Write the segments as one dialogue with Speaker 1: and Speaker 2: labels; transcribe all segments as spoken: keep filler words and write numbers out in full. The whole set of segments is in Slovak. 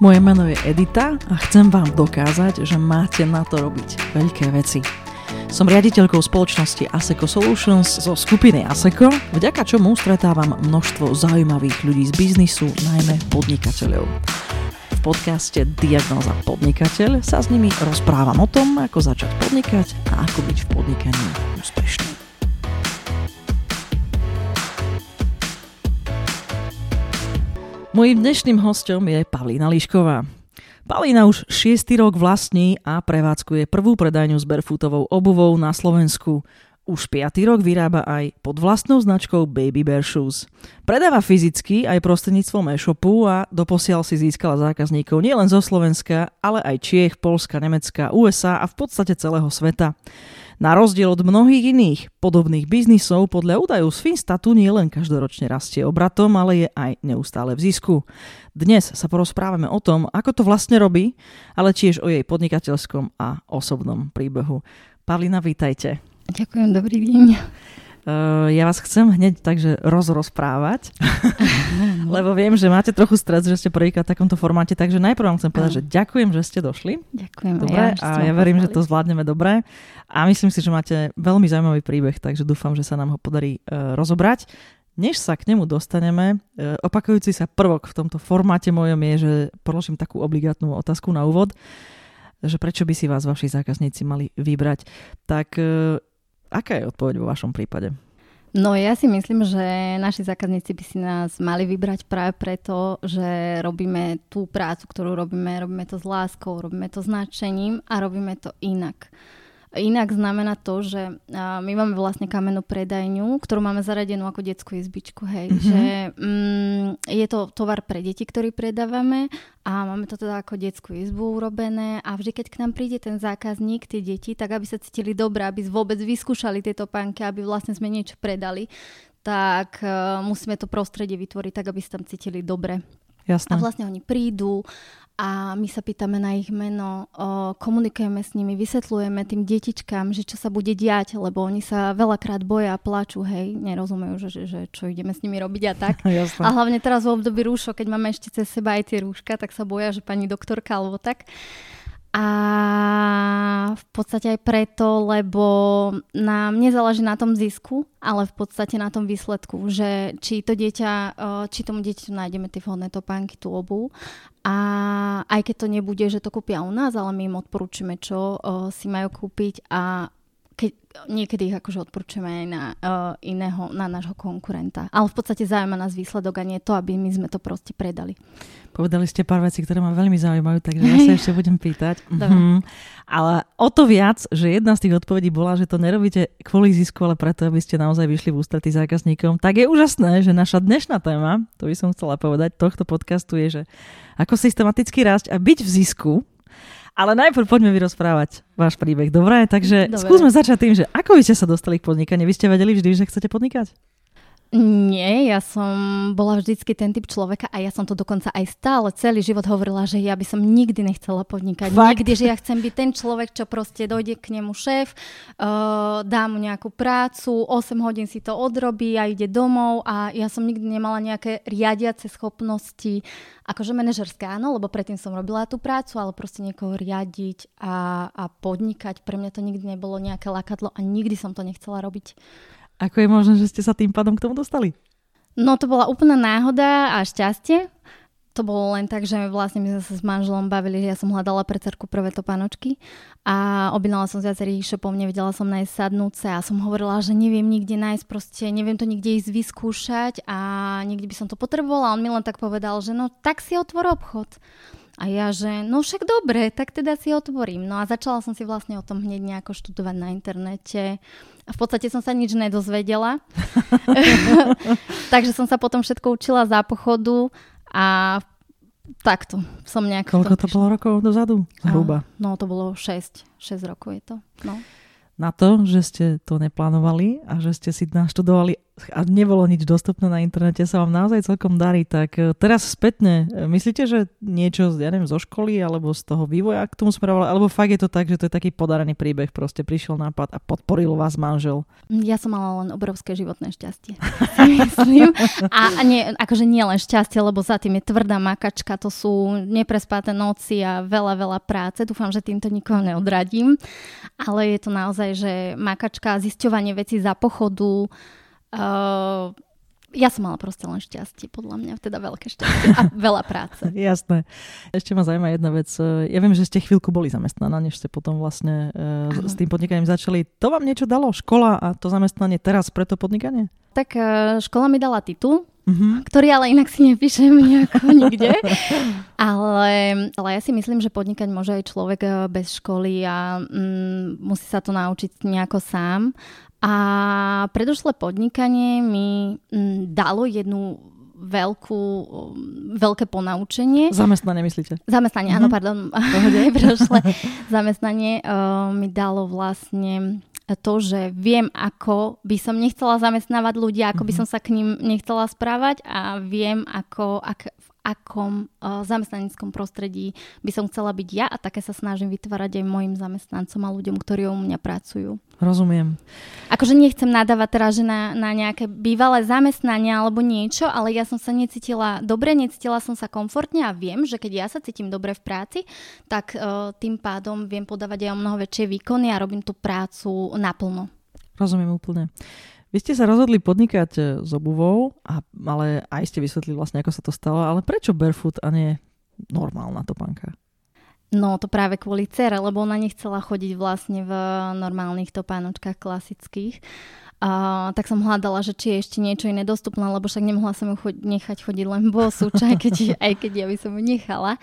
Speaker 1: Moje meno je Edita a chcem vám dokázať, že máte na to robiť veľké veci. Som riaditeľkou spoločnosti Asseco Solutions zo skupiny Asseco, vďaka čomu stretávam množstvo zaujímavých ľudí z biznisu, najmä podnikateľov. V podcaste Diagnóza podnikateľ sa s nimi rozprávam o tom, ako začať podnikať a ako byť v podnikaní úspešný. Mojím dnešným hosťom je Pavlína Lišková. Pavlína už šiesty rok vlastní a prevádzkuje prvú predajňu s barefootovou obuvou na Slovensku. Už piaty rok vyrába aj pod vlastnou značkou Baby Bear Shoes. Predáva fyzicky aj prostredníctvom e-shopu a doposiaľ si získala zákazníkov nielen zo Slovenska, ale aj Čiech, Poľska, Nemecka, ú es á a v podstate celého sveta. Na rozdiel od mnohých iných podobných biznisov podľa údajov z Finstatu nie len každoročne rastie obratom, ale je aj neustále v zisku. Dnes sa porozprávame o tom, ako to vlastne robí, ale tiež o jej podnikateľskom a osobnom príbehu. Pavlína, vítajte.
Speaker 2: Ďakujem, dobrý deň.
Speaker 1: Uh, ja vás chcem hneď takže rozrozprávať, lebo viem, že máte trochu stres, že ste prvýkrát v takomto formáte, takže najprv vám chcem povedať, že ďakujem, že ste došli.
Speaker 2: Ďakujem.
Speaker 1: Dobre, ja, a ja verím, poslali. Že to zvládneme dobre a myslím si, že máte veľmi zaujímavý príbeh, takže dúfam, že sa nám ho podarí uh, rozobrať. Než sa k nemu dostaneme, uh, opakujúci sa prvok v tomto formáte mojom je, že položím takú obligátnu otázku na úvod, že prečo by si vás vaši zákazníci mali vybrať. Tak uh, aká je odpoveď vo vašom prípade?
Speaker 2: No ja si myslím, že naši zákazníci by si nás mali vybrať práve preto, že robíme tú prácu, ktorú robíme, robíme to s láskou, robíme to s nadšením a robíme to inak. Inak znamená to, že my máme vlastne kamennú predajňu, ktorú máme zaradenú ako detskú izbičku, hej. Mm-hmm. Že mm, je to tovar pre deti, ktorý predávame a máme to teda ako detskú izbu urobené a vždy, keď k nám príde ten zákazník, tie deti, tak aby sa cítili dobre, aby vôbec vyskúšali tieto pánky, aby vlastne sme niečo predali, tak uh, musíme to prostredie vytvoriť tak, aby sa tam cítili dobre.
Speaker 1: Jasné.
Speaker 2: A vlastne oni prídu a my sa pýtame na ich meno, o, komunikujeme s nimi, vysvetľujeme tým detičkám, že čo sa bude diať, lebo oni sa veľakrát boja a plačú, hej, nerozumejú, že, že, že čo ideme s nimi robiť a tak.
Speaker 1: Jasné.
Speaker 2: A hlavne teraz v období rúšok, keď máme ešte cez seba aj tie rúška, tak sa boja, že pani doktorka alebo tak. A v podstate aj preto, lebo nám nezáleží na tom zisku, ale v podstate na tom výsledku, že či to dieťa, či tomu dieťaťu nájdeme tie vhodné topánky, tú obuv. A aj keď to nebude, že to kúpia u nás, ale my im odporúčime, čo si majú kúpiť a keď, niekedy ich akože odporúčame aj na uh, iného, na nášho konkurenta. Ale v podstate zaujíma nás výsledok a nie to, aby my sme to proste predali.
Speaker 1: Povedali ste pár vecí, ktoré ma veľmi zaujímajú, takže ja sa ešte budem pýtať.
Speaker 2: Mhm.
Speaker 1: Ale o to viac, že jedna z tých odpovedí bola, že to nerobíte kvôli zisku, ale preto, aby ste naozaj vyšli v ústretí zákazníkom. Tak je úžasné, že naša dnešná téma, to by som chcela povedať, tohto podcastu je, že ako systematicky rásť a byť v zisku. Ale najprv poďme vyrozprávať váš príbeh. Dobre, takže Dobre. Skúsme začať tým, že ako by ste sa dostali k podnikaniu? Vy ste vedeli vždy, že chcete podnikať?
Speaker 2: Nie, ja som bola vždycky ten typ človeka a ja som to dokonca aj stále celý život hovorila, že ja by som nikdy nechcela podnikať.
Speaker 1: Fakt?
Speaker 2: Nikdy, že ja chcem byť ten človek, čo proste dojde k nemu šéf, uh, dá mu nejakú prácu, osem hodín si to odrobí a ide domov a ja som nikdy nemala nejaké riadiace schopnosti, akože manažerské áno, lebo predtým som robila tú prácu, ale proste niekoho riadiť a, a podnikať, pre mňa to nikdy nebolo nejaké lákadlo a nikdy som to nechcela robiť.
Speaker 1: Ako je možné, že ste sa tým pádom k tomu dostali?
Speaker 2: No to bola úplná náhoda a šťastie. To bolo len tak, že vlastne my sme sa s manželom bavili, že ja som hľadala pre cerku prvé topánočky a objednala som z viacerých e-shopov, nevedela som nájsť sadnúce a som hovorila, že neviem nikde nájsť, proste neviem to nikde ísť vyskúšať a niekde by som to potrebovala. On mi len tak povedal, že no tak si otvor obchod. A ja, že no však dobre, tak teda si otvorím. No a začala som si vlastne o tom hneď nejako študovať na internete. A v podstate som sa nič nedozvedela. Takže som sa potom všetko učila za pochodu a takto som nejak...
Speaker 1: Koľko to bolo rokov dozadu? Zhruba.
Speaker 2: No to bolo šesť. šesť rokov je to. No.
Speaker 1: na to, že ste to neplánovali a že ste si naštudovali a nebolo nič dostupné na internete, sa vám naozaj celkom darí. Tak teraz spätne, myslíte, že niečo, ja neviem, zo školy alebo z toho vývoja k tomu smerovalo, alebo fakt je to tak, že to je taký podarený príbeh, proste prišiel nápad a podporil vás manžel? Ja
Speaker 2: som mala len obrovské životné šťastie, myslím. A, a nie, akože nie len šťastie, lebo za tým je tvrdá makačka, to sú neprespáté noci a veľa, veľa práce. Dúfam, že týmto nikoho neodradím. Ale je to naozaj, že makačka, zisťovanie vecí za pochodu. Uh, ja som mala proste len šťastie, podľa mňa, teda veľké šťastie a veľa práce.
Speaker 1: Jasné. Ešte ma zaujíma jedna vec. Ja viem, že ste chvíľku boli zamestnaná, než ste potom vlastne uh, s tým podnikaním začali. To vám niečo dalo? Škola a to zamestnanie teraz pre to podnikanie?
Speaker 2: Tak uh, škola mi dala titul, uh-huh. ktorý ale inak si nepíšem nejako nikde. ale, ale ja si myslím, že podnikať môže aj človek bez školy a mm, musí sa to naučiť nejako sám. A predošlé podnikanie mi m, dalo jednu veľkú, veľké ponaučenie.
Speaker 1: Zamestnanie myslíte?
Speaker 2: Zamestnanie, mm-hmm. áno, pardon. Predošlé zamestnanie uh, mi dalo vlastne to, že viem, ako by som nechcela zamestnávať ľudia, ako mm-hmm. by som sa k ním nechcela správať a viem, ako, ak, v akom uh, zamestnaneckom prostredí by som chcela byť ja a také sa snažím vytvárať aj mojim zamestnancom a ľuďom, ktorí u mňa pracujú.
Speaker 1: Rozumiem.
Speaker 2: Akože nechcem nadávať teraz, že na, na nejaké bývalé zamestnania alebo niečo, ale ja som sa necítila dobre, necítila som sa komfortne a viem, že keď ja sa cítim dobre v práci, tak uh, tým pádom viem podávať aj o mnoho väčšie výkony a robím tú prácu naplno. Rozumiem
Speaker 1: úplne. Vy ste sa rozhodli podnikať s obuvou, a, ale aj ste vysvetlili vlastne, ako sa to stalo, ale prečo barefoot a nie normálna topánka?
Speaker 2: No to práve kvôli dcere, lebo ona nechcela chodiť vlastne v normálnych topánočkách klasických. Uh, tak som hľadala, že či je ešte niečo iné dostupné, lebo však nemohla som ju chod- nechať chodiť len bosú, aj keď, aj keď ja by som ju nechala.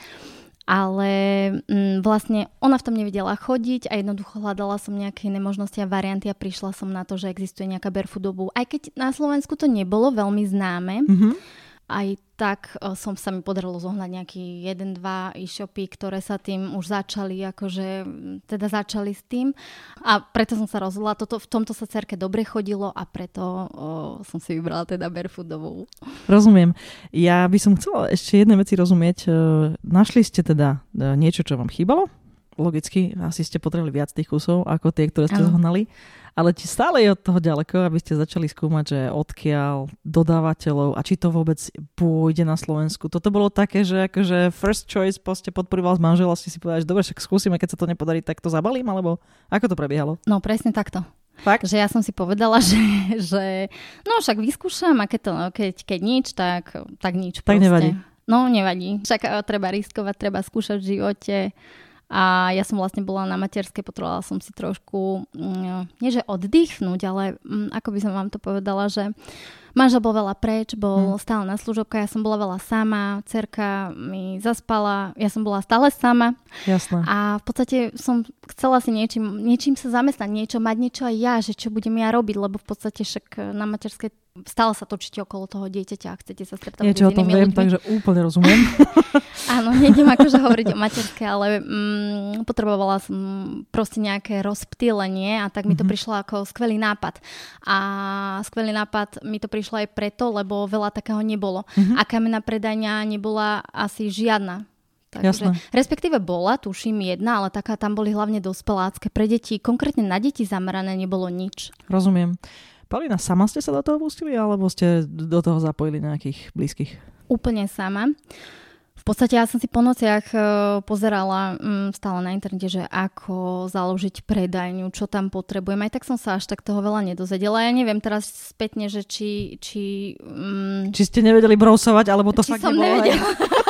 Speaker 2: Ale mm, vlastne ona v tom nevedela chodiť a jednoducho hľadala som nejaké iné možnosti a varianty a prišla som na to, že existuje nejaká barefoot obuv. Aj keď na Slovensku to nebolo veľmi známe, mm-hmm. aj tak som sa mi podarilo zohnať nejaký jeden, dva e-shopy, ktoré sa tým už začali, akože teda začali s tým. A preto som sa rozhodla, toto, v tomto sa cerke dobre chodilo a preto o, som si vybrala teda barefootovú.
Speaker 1: Rozumiem. Ja by som chcela ešte jedné veci rozumieť. Našli ste teda niečo, čo vám chýbalo? Logicky, asi ste potrebovali viac tých kusov ako tie, ktoré ste zohnali. Ale či stále je od toho ďaleko, aby ste začali skúmať, že odkiaľ dodávateľov a či to vôbec pôjde na Slovensku. Toto bolo také, že akože first choice ste podporoval s manželom, ste si povedali, že dobre, však skúsime, keď sa to nepodarí, tak to zabalím, alebo ako to prebiehalo?
Speaker 2: No presne takto.
Speaker 1: Fakt?
Speaker 2: Že ja som si povedala, že, že no však vyskúšam a keď, to, keď, keď nič, tak, tak nič.
Speaker 1: Tak proste. Nevadí.
Speaker 2: No nevadí. Však treba riskovať, treba skúšať v živote. A ja som vlastne bola na materskej, potrebovala som si trošku, nie že oddychnúť, ale ako by som vám to povedala, že manžel bol veľa preč, bol hmm. stále na služobke, ja som bola veľa sama, dcerka mi zaspala, ja som bola stále sama.
Speaker 1: Jasné.
Speaker 2: A v podstate som chcela si niečím, niečím sa zamestnať, niečo, mať niečo aj ja, že čo budem ja robiť, lebo v podstate však na materskej stále sa točíte okolo toho dieťaťa a chcete sa stretávať s inými ľuďmi.
Speaker 1: Niečo o tom viem, takže úplne rozumiem.
Speaker 2: Áno, nejdem akože hovoriť o materskej, ale mm, potrebovala som proste nejaké rozptýlenie a tak mi to mm-hmm. prišlo ako skvelý nápad. A skvelý nápad mi to prišlo aj preto, lebo veľa takého nebolo. Mm-hmm. A kamenná predajňa nebola asi žiadna. Takže, respektíve bola, tuším, jedna, ale taká tam boli hlavne dospelácké. Pre deti, konkrétne na deti zamerané, nebolo nič.
Speaker 1: Rozumiem. Paulína, sama ste sa do toho pustili, alebo ste do toho zapojili nejakých blízkych?
Speaker 2: Úplne sama. V podstate ja som si po nociach pozerala um, stále na internete, že ako založiť predajňu, čo tam potrebujem. Aj tak som sa až tak toho veľa nedozvedela. Ja neviem teraz spätne, že či... Či, um,
Speaker 1: či ste nevedeli brousovať, alebo to
Speaker 2: či
Speaker 1: fakt
Speaker 2: som
Speaker 1: nebolo?
Speaker 2: Nevedela.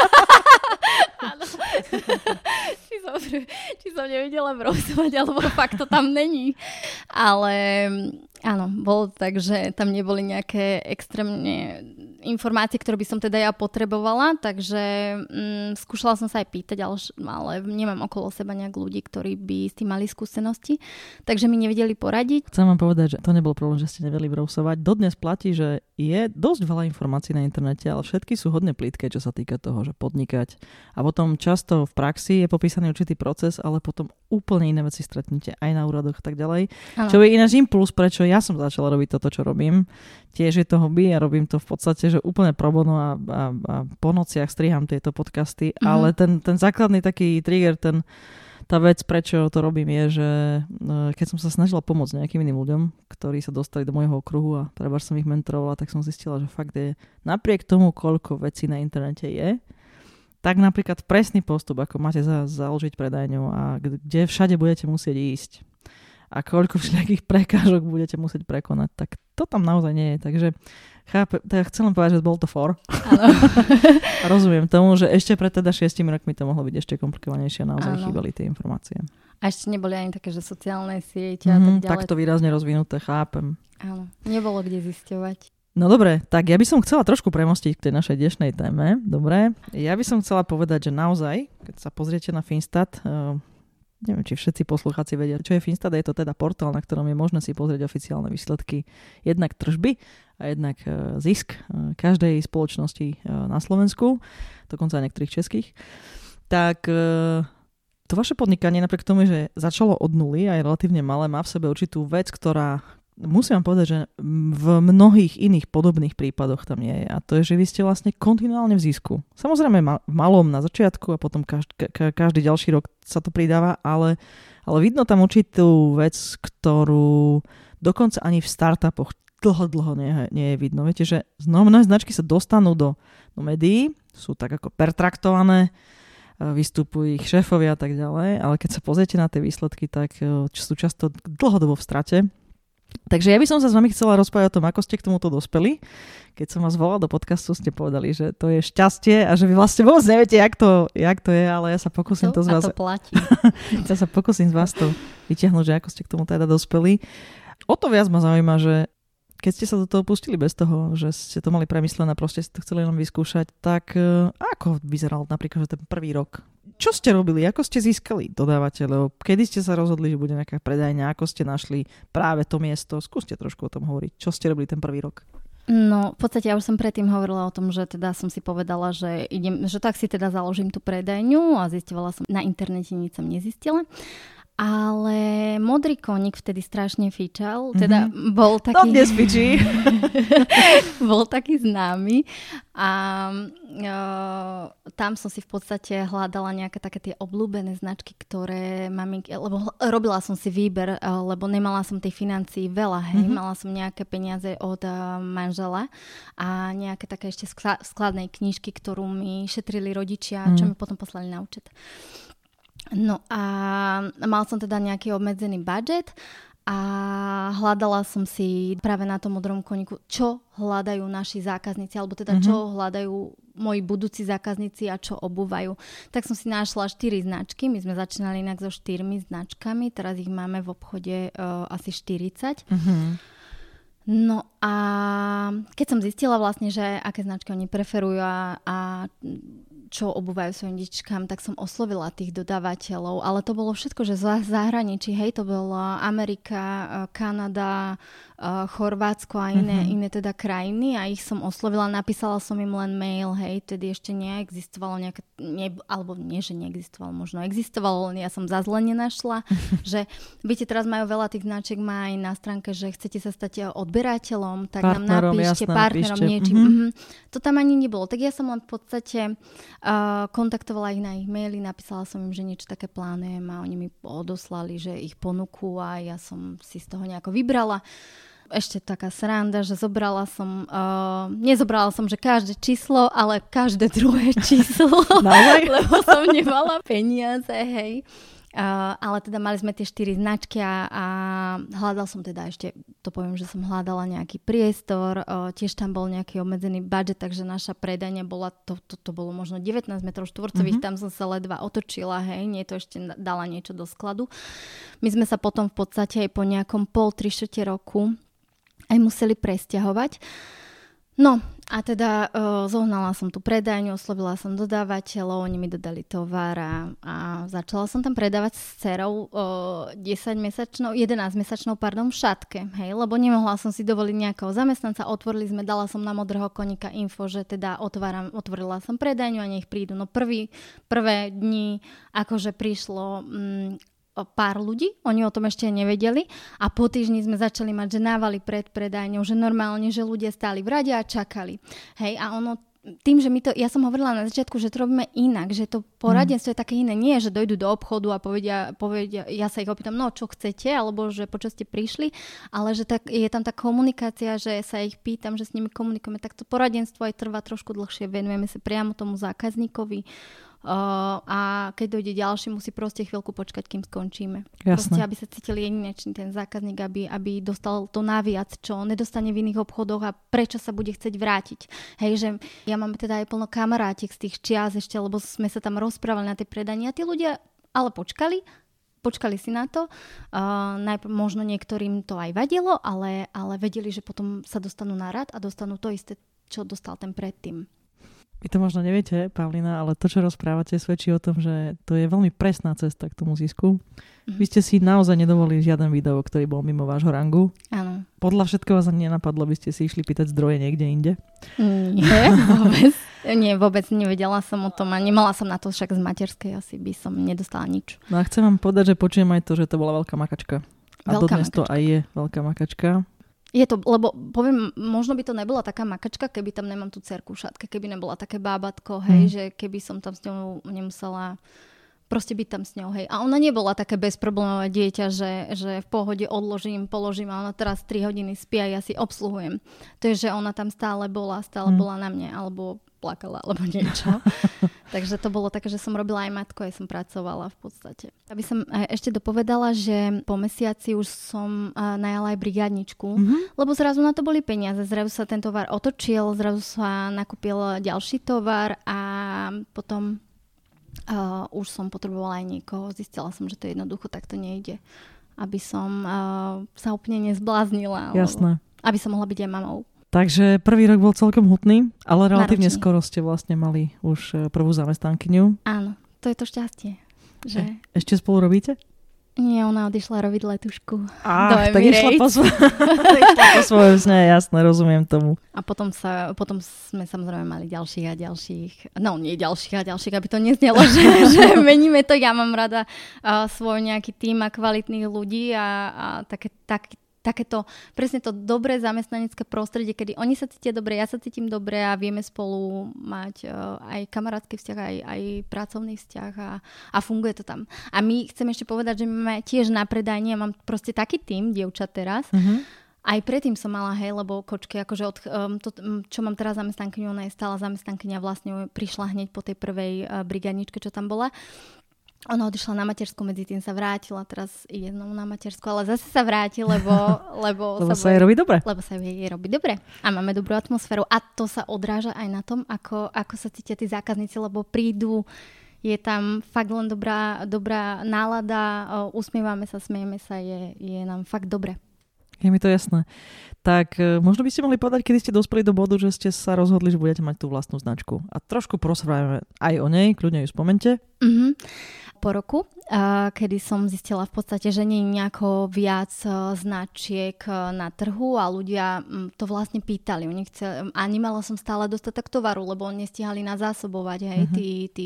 Speaker 2: Áno. či, som, či som nevedela brousovať, alebo fakt to tam není. Ale áno, bolo tak, že tam neboli nejaké extrémne informácie, ktoré by som teda ja potrebovala, takže mm, skúšala som sa aj pýtať, ale, ale nemám okolo seba nejak ľudí, ktorí by s tým mali skúsenosti, takže mi nevedeli poradiť.
Speaker 1: Chcem vám povedať, že to nebol problém, že ste nevedeli brousovať. Dodnes platí, že je dosť veľa informácií na internete, ale všetky sú hodne plítke, čo sa týka toho, že podnikať. A potom často v praxi je popísaný určitý proces, ale potom úplne iné veci stretnete aj na úradoch a tak ďalej. Ano. Čo je ináč impuls, prečo ja som začala robiť toto, čo robím. Tiež je to hobby a robím to v podstate, že úplne pro bono a, a, a po nociach striham tieto podcasty, mm-hmm. ale ten, ten základný taký trigger, ten, tá vec, prečo to robím, je, že keď som sa snažila pomôcť nejakým iným ľuďom, ktorí sa dostali do môjho okruhu a treba som ich mentorovala, tak som zistila, že fakt je napriek tomu, koľko vecí na internete je, tak napríklad presný postup, ako máte za, založiť predajňu a kde všade budete musieť ísť a koľko všelijakých prekážok budete musieť prekonať, tak to tam naozaj nie je. Takže chápe, tak chcem len povedať, že bol to for. A rozumiem tomu, že ešte pred teda šiestimi rokmi to mohlo byť ešte komplikovanejšie a naozaj chýbali tie informácie.
Speaker 2: A ešte neboli ani také, že sociálne siete a
Speaker 1: mm,
Speaker 2: tak ďalej.
Speaker 1: Takto výrazne rozvinuté, chápem.
Speaker 2: Áno, nebolo kde zisťovať.
Speaker 1: No dobre, tak ja by som chcela trošku premostiť k tej našej dnešnej téme. Dobre, ja by som chcela povedať, že naozaj, keď sa pozriete na Finstat, uh, neviem, či všetci poslucháci vedia, čo je Finstat, je to teda portál, na ktorom je možné si pozrieť oficiálne výsledky jednak tržby a jednak uh, zisk uh, každej spoločnosti uh, na Slovensku, dokonca aj niektorých českých. Tak uh, to vaše podnikanie, napriek tomu, že začalo od nuly a je relatívne malé, má v sebe určitú vec, ktorá musím vám povedať, že v mnohých iných podobných prípadoch tam nie je. A to je, že vy ste vlastne kontinuálne v zisku. Samozrejme v malom na začiatku a potom každý, každý ďalší rok sa to pridáva, ale, ale vidno tam určitú vec, ktorú dokonca ani v startupoch dlho, dlho nie, nie je vidno. Viete, že mnohé značky sa dostanú do, do médií, sú tak ako pertraktované, vystupujú ich šéfovia a tak ďalej, ale keď sa pozriete na tie výsledky, tak sú často dlhodobo v strate. Takže ja by som sa s vami chcela rozprávať o tom, ako ste k tomuto dospeli. Keď som vás volala do podcastu, ste povedali, že to je šťastie a že vy vlastne vôbec neviete, jak to, jak to je, ale ja sa pokúsim to, to z vás...
Speaker 2: to platí.
Speaker 1: ja sa pokúsim z vás to vyťahnuť, že ako ste k tomu teda dospeli. O to viac ma zaujíma, že keď ste sa do toho pustili bez toho, že ste to mali premyslené, proste ste to chceli len vyskúšať, tak ako vyzeral napríklad ten prvý rok? Čo ste robili? Ako ste získali dodávateľov? Kedy ste sa rozhodli, že bude nejaká predajňa? Ako ste našli práve to miesto? Skúste trošku o tom hovoriť. Čo ste robili ten prvý rok?
Speaker 2: No, v podstate ja už som predtým hovorila o tom, že teda som si povedala, že idem, že tak si teda založím tú predajňu a zistovala som, na internete nič som nezistila. Ale modrý koník vtedy strašne fičal, teda mm-hmm. bol taký...
Speaker 1: To dnes fičí.
Speaker 2: bol taký známy a e, tam som si v podstate hľadala nejaké také tie obľúbené značky, ktoré maminky, lebo robila som si výber, lebo nemala som tej financií veľa, hej, mm-hmm. mala som nejaké peniaze od uh, manžela a nejaké také ešte skladnej knižky, ktorú mi šetrili rodičia, mm. čo mi potom poslali na účet. No a mal som teda nejaký obmedzený budget a hľadala som si práve na tom modrom koníku, čo hľadajú naši zákazníci, alebo teda mm-hmm. čo hľadajú moji budúci zákazníci a čo obúvajú. Tak som si našla štyri značky, my sme začínali inak so štyrmi značkami, teraz ich máme v obchode uh, asi štyridsať. Mm-hmm. No a keď som zistila vlastne, že aké značky oni preferujú a, a čo obúvajú svojim detičkám, tak som oslovila tých dodávateľov, ale to bolo všetko, že z zahraničí, hej, to bola Amerika, Kanada, Chorvátsko a iné, mm-hmm. iné teda krajiny a ich som oslovila, napísala som im len mail, hej, tedy ešte neexistovalo nejaké, ne, alebo nie, že neexistovalo, možno existovalo, len ja som zazle nenašla, že viete, teraz majú veľa tých značiek, má aj na stránke, že chcete sa stať odberateľom, tak
Speaker 1: partnerom,
Speaker 2: nám napíšte,
Speaker 1: jasné,
Speaker 2: partnerom
Speaker 1: napíšte.
Speaker 2: niečím.
Speaker 1: Mm-hmm.
Speaker 2: Mm-hmm. To tam ani nebolo, tak ja som len v podstate uh, kontaktovala ich na ich maily, napísala som im, že niečo také plánujem a oni mi odoslali, že ich ponuku a ja som si z toho nejako vybrala. Ešte taká sranda, že zobrala som, uh, nezobrala som, že každé číslo, ale každé druhé číslo, lebo som nemala peniaze, hej. Uh, ale teda mali sme tie štyri značky a, a hľadal som teda ešte, to poviem, že som hľadala nejaký priestor, uh, tiež tam bol nejaký obmedzený budget, takže naša predajňa bola, to, to, to bolo možno devätnásť metrov štvorcových, mm-hmm. tam som sa ledva otočila, hej, nie to ešte dala niečo do skladu. My sme sa potom v podstate aj po nejakom pol, tri štvrte roku aj museli presťahovať. No a teda uh, zohnala som tú predajňu, oslovila som dodávateľov, oni mi dodali tovar a, a začala som tam predávať s dcerou uh, desaťmesačnou, jedenásťmesačnou pardon, v šatke, hej, lebo nemohla som si dovoliť nejakého zamestnanca, otvorili sme, dala som na modrého koníka info, že teda otváram, otvorila som predajňu a nech prídu. No prvý, prvé dni akože prišlo... Mm, pár ľudí, oni o tom ešte nevedeli a po týždni sme začali mať, že návaly pred predajňou, že normálne, že ľudia stáli v rade a čakali. Hej, a ono tým, že my to, ja som hovorila na začiatku, že to robíme inak, že to poradenstvo mm. je také iné, nie, že dojdu do obchodu a povedia, povedia, ja sa ich opýtam, no čo chcete, alebo že počas ste prišli, ale že tak, je tam tá komunikácia, že sa ich pýtam, že s nimi komunikujeme, tak to poradenstvo aj trvá trošku dlhšie, venujeme sa priamo tomu zákazníkovi. Uh, a keď dojde ďalší, musí proste chvíľku počkať, kým skončíme.
Speaker 1: Jasné.
Speaker 2: Proste, aby sa cítil jedinečný ten zákazník, aby, aby dostal to naviac, čo nedostane v iných obchodoch a prečo sa bude chcieť vrátiť. Hej, že ja mám teda aj plno kamarátiek z tých čias ešte, lebo sme sa tam rozprávali na tej predani a tí ľudia ale počkali, počkali si na to. Uh, najprv možno niektorým to aj vadilo, ale, ale vedeli, že potom sa dostanú na rad a dostanú to isté, čo dostal ten predtým.
Speaker 1: Vy to možno neviete, Pavlína, ale to, čo rozprávate, svedčí o tom, že to je veľmi presná cesta k tomu zisku. Mm-hmm. Vy ste si naozaj nedovolili žiaden video, ktorý bol mimo vášho rangu.
Speaker 2: Áno.
Speaker 1: Podľa všetkého vás ani nenapadlo, by ste si išli pýtať zdroje niekde inde?
Speaker 2: Nie, vôbec. Nie, vôbec nevedela som o tom a nemala som na to, však z materskej asi by som nedostala nič.
Speaker 1: No a chcem vám povedať, že počujem aj to, že to bola veľká makačka. A
Speaker 2: veľká
Speaker 1: dodnes
Speaker 2: makačka.
Speaker 1: To aj je veľká makačka.
Speaker 2: Je to, lebo poviem, možno by to nebola taká makačka, keby tam nemám tú dcerku v šatke, keby nebola také bábatko, hej, mm. že keby som tam s ňou nemusela proste byť tam s ňou, hej. A ona nebola také bezproblémové dieťa, že, že v pohode odložím, položím a ona teraz tri hodiny spí a ja si obsluhujem. To je, že ona tam stále bola, stále mm. bola na mne, alebo plakala, alebo niečo. Takže to bolo také, že som robila aj matku, aj som pracovala v podstate. Aby som ešte dopovedala, že po mesiaci už som najala aj brigádničku, mm-hmm. lebo zrazu na to boli peniaze, zrazu sa ten tovar otočil, zrazu sa nakúpil ďalší tovar a potom uh, už som potrebovala aj niekoho. Zistila som, že to jednoducho takto nejde, aby som uh, sa úplne nezbláznila.
Speaker 1: Jasné.
Speaker 2: Aby som mohla byť aj mamou.
Speaker 1: Takže prvý rok bol celkom hutný, ale relatívne
Speaker 2: Náročný. Skoro
Speaker 1: ste vlastne mali už prvú zamestnankyňu.
Speaker 2: Áno, to je to šťastie. Že...
Speaker 1: Ešte spolu robíte?
Speaker 2: Nie, ona odišla robiť letušku.
Speaker 1: Á, tak išla po, svo- išla po svojom sne, jasné, rozumiem tomu.
Speaker 2: A potom, sa, potom sme samozrejme mali ďalších a ďalších, no nie ďalších a ďalších, aby to neznelo, že, že meníme to. Ja mám rada uh, svoj nejaký tím a kvalitných ľudí a, a také, tak, takéto, presne to dobré zamestnanecké prostredie, kedy oni sa cítia dobre, ja sa cítim dobre a vieme spolu mať uh, aj kamarátsky vzťah, aj, aj pracovný vzťah a, a funguje to tam. A my chcem ešte povedať, že my máme tiež na predajni, ja mám proste taký tím, dievčat teraz, mm-hmm. Aj predtým som mala, hej, lebo kočky, akože od, um, to, čo mám teraz zamestnankyňu, ona je stála zamestnankyňa, vlastne prišla hneď po tej prvej uh, brigádničke, čo tam bola. Ona odišla na matersku, medzi tým sa vrátila, teraz ide znovu na matersku, ale zase sa vráti, lebo... Lebo,
Speaker 1: lebo
Speaker 2: sa
Speaker 1: jej robí dobre.
Speaker 2: Lebo sa jej robí dobre. A máme dobrú atmosféru. A to sa odráža aj na tom, ako, ako sa cítia tí zákazníci, lebo prídu, je tam fakt len dobrá, dobrá nálada, usmievame sa, smejeme sa, je, je nám fakt dobre.
Speaker 1: Je mi to jasné. Tak možno by ste mohli povedať, kedy ste dospeli do bodu, že ste sa rozhodli, že budete mať tú vlastnú značku. A trošku porozprávame aj o nej, kľudne ju spomente.
Speaker 2: Mhm. Po roku, uh, kedy som zistila v podstate, že nie je nejako viac uh, značiek uh, na trhu a ľudia um, to vlastne pýtali. Oni chceli, a nemala som stále dostatok tovaru, lebo nestihali nás zásobovať, hej, uh-huh. tí, tí